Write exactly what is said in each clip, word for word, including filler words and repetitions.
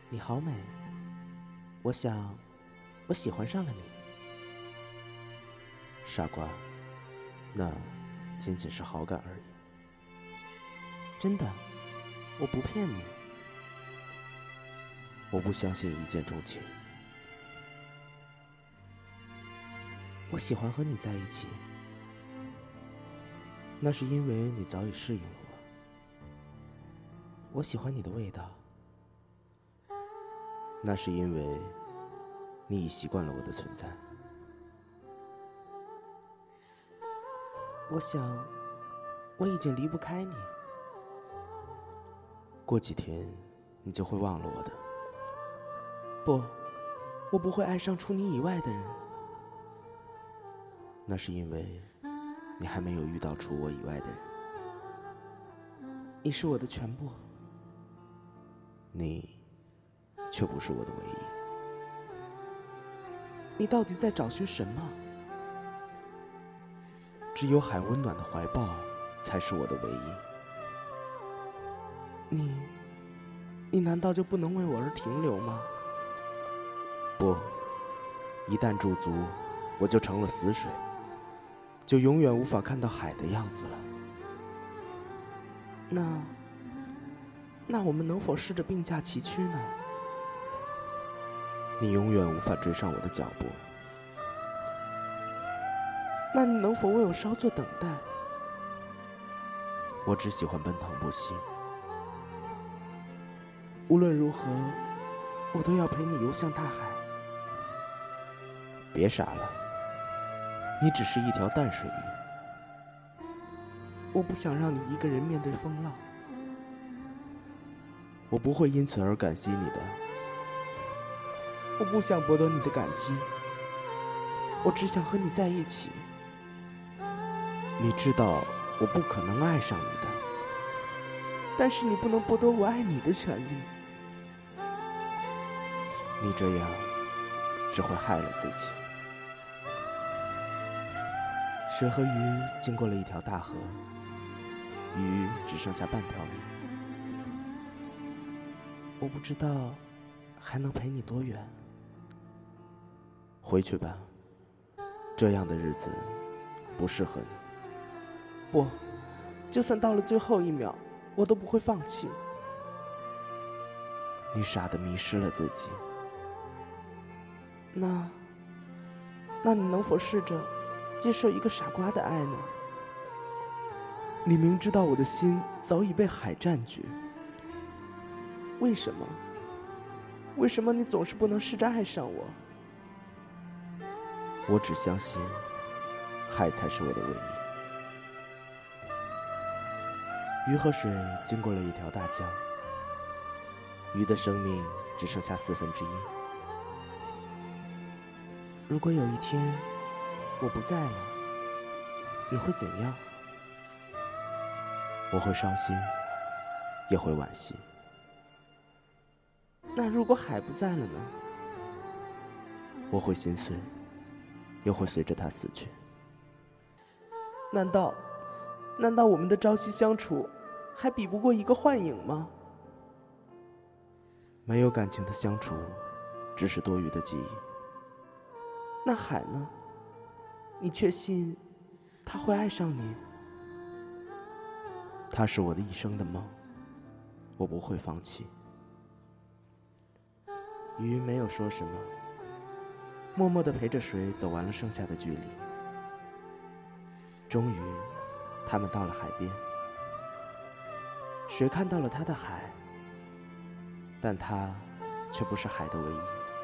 你好美，我想，我喜欢上了你。 傻瓜，那仅仅是好感而已。 真的，我不骗你。 我不相信一见钟情。 我喜欢和你在一起， 那是因为你早已适应了我。 我喜欢你的味道， 那是因为你已习惯了我的存在。 我想，我已经离不开你。 过几天，你就会忘了我的。 不，我不会爱上除你以外的人。 那是因为你还没有遇到除我以外的人。 你是我的全部， 你却不是我的唯一。 你到底在找寻什么？ 只有海温暖的怀抱才是我的唯一。 你，你难道就不能为我而停留吗？ 不，一旦驻足，我就成了死水，就永远无法看到海的样子了。 那，那我们能否试着并驾齐驱呢？ 你永远无法追上我的脚步。 那你能否为我稍作等待？ 我只喜欢奔腾不息。 无论如何，我都要陪你游向大海。 别傻了，你只是一条淡水鱼。 我不想让你一个人面对风浪。 我不会因此而感激你的。 我不想博得你的感激，我只想和你在一起。 你知道我不可能爱上你的， 但是你不能剥夺我爱你的权利。 你这样只会害了自己。 水和鱼经过了一条大河， 鱼只剩下半条命。 我不知道还能陪你多远。 回去吧，这样的日子不适合你。 不，就算到了最后一秒，我都不会放弃。 你傻得迷失了自己。 那，那你能否试着接受一个傻瓜的爱呢？你明知道我的心早已被海占据，为什么？为什么你总是不能试着爱上我？ 我只相信，海才是我的唯一。鱼和水经过了一条大江，鱼的生命只剩下四分之一。 如果有一天我不在了，你会怎样？ 我会伤心，也会惋惜。 那如果海不在了呢？ 我会心碎，又会随着它死去。 难道，难道我们的朝夕相处还比不过一个幻影吗？ 没有感情的相处，只是多余的记忆。 那海呢？你确信他会爱上你？ 他是我的一生的梦，我不会放弃。 鱼没有说什么，默默地陪着水走完了剩下的距离。终于，他们到了海边。水看到了他的海，但他却不是海的唯一。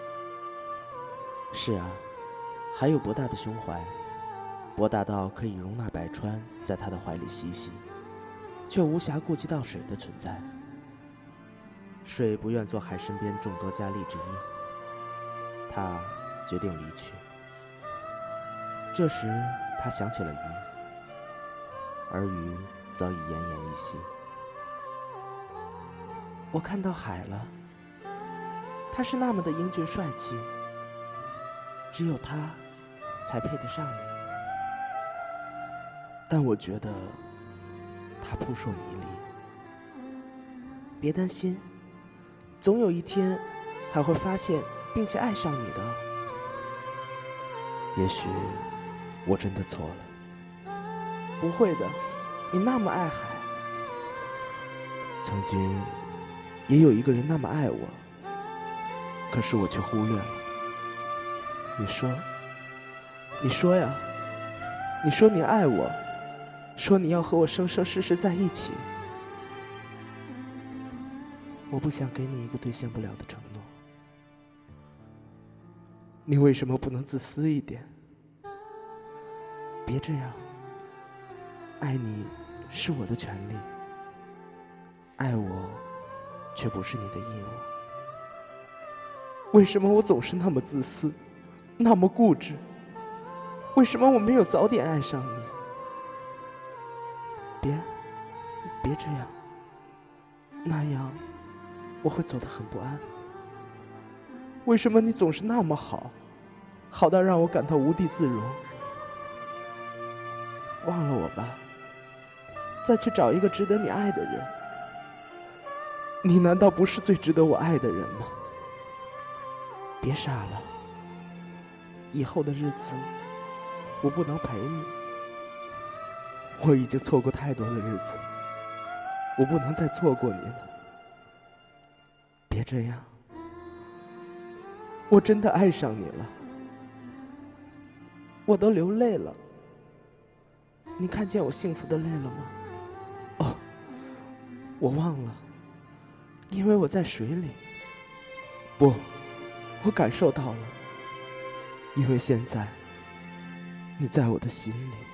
是啊，海有博大的胸怀，博大到可以容纳百川在他的怀里嬉戏，却无暇顾及到水的存在。水不愿做海身边众多佳丽之一，他决定离去。这时他想起了鱼，而鱼早已奄奄一息。我看到海了，他是那么的英俊帅气，只有他才配得上你。但我觉得他扑朔迷离。别担心，总有一天还会发现并且爱上你的。 也许我真的错了。 不会的，你那么爱海。 曾经也有一个人那么爱我，可是我却忽略了。 你说，你说呀，你说你爱我，说你要和我生生世世在一起。我不想给你一个兑现不了的承诺。你为什么不能自私一点？别这样。爱你是我的权利，爱我却不是你的义务。为什么我总是那么自私，那么固执？为什么我没有早点爱上你？别，别这样，那样我会走得很不安。为什么你总是那么好，好到让我感到无地自容？忘了我吧，再去找一个值得你爱的人。你难道不是最值得我爱的人吗？别傻了，以后的日子我不能陪你。我已经错过太多的日子，我不能再错过你了。别这样，我真的爱上你了，我都流泪了。你看见我幸福的泪了吗？哦，我忘了，因为我在水里。不，我感受到了，因为现在你在我的心里。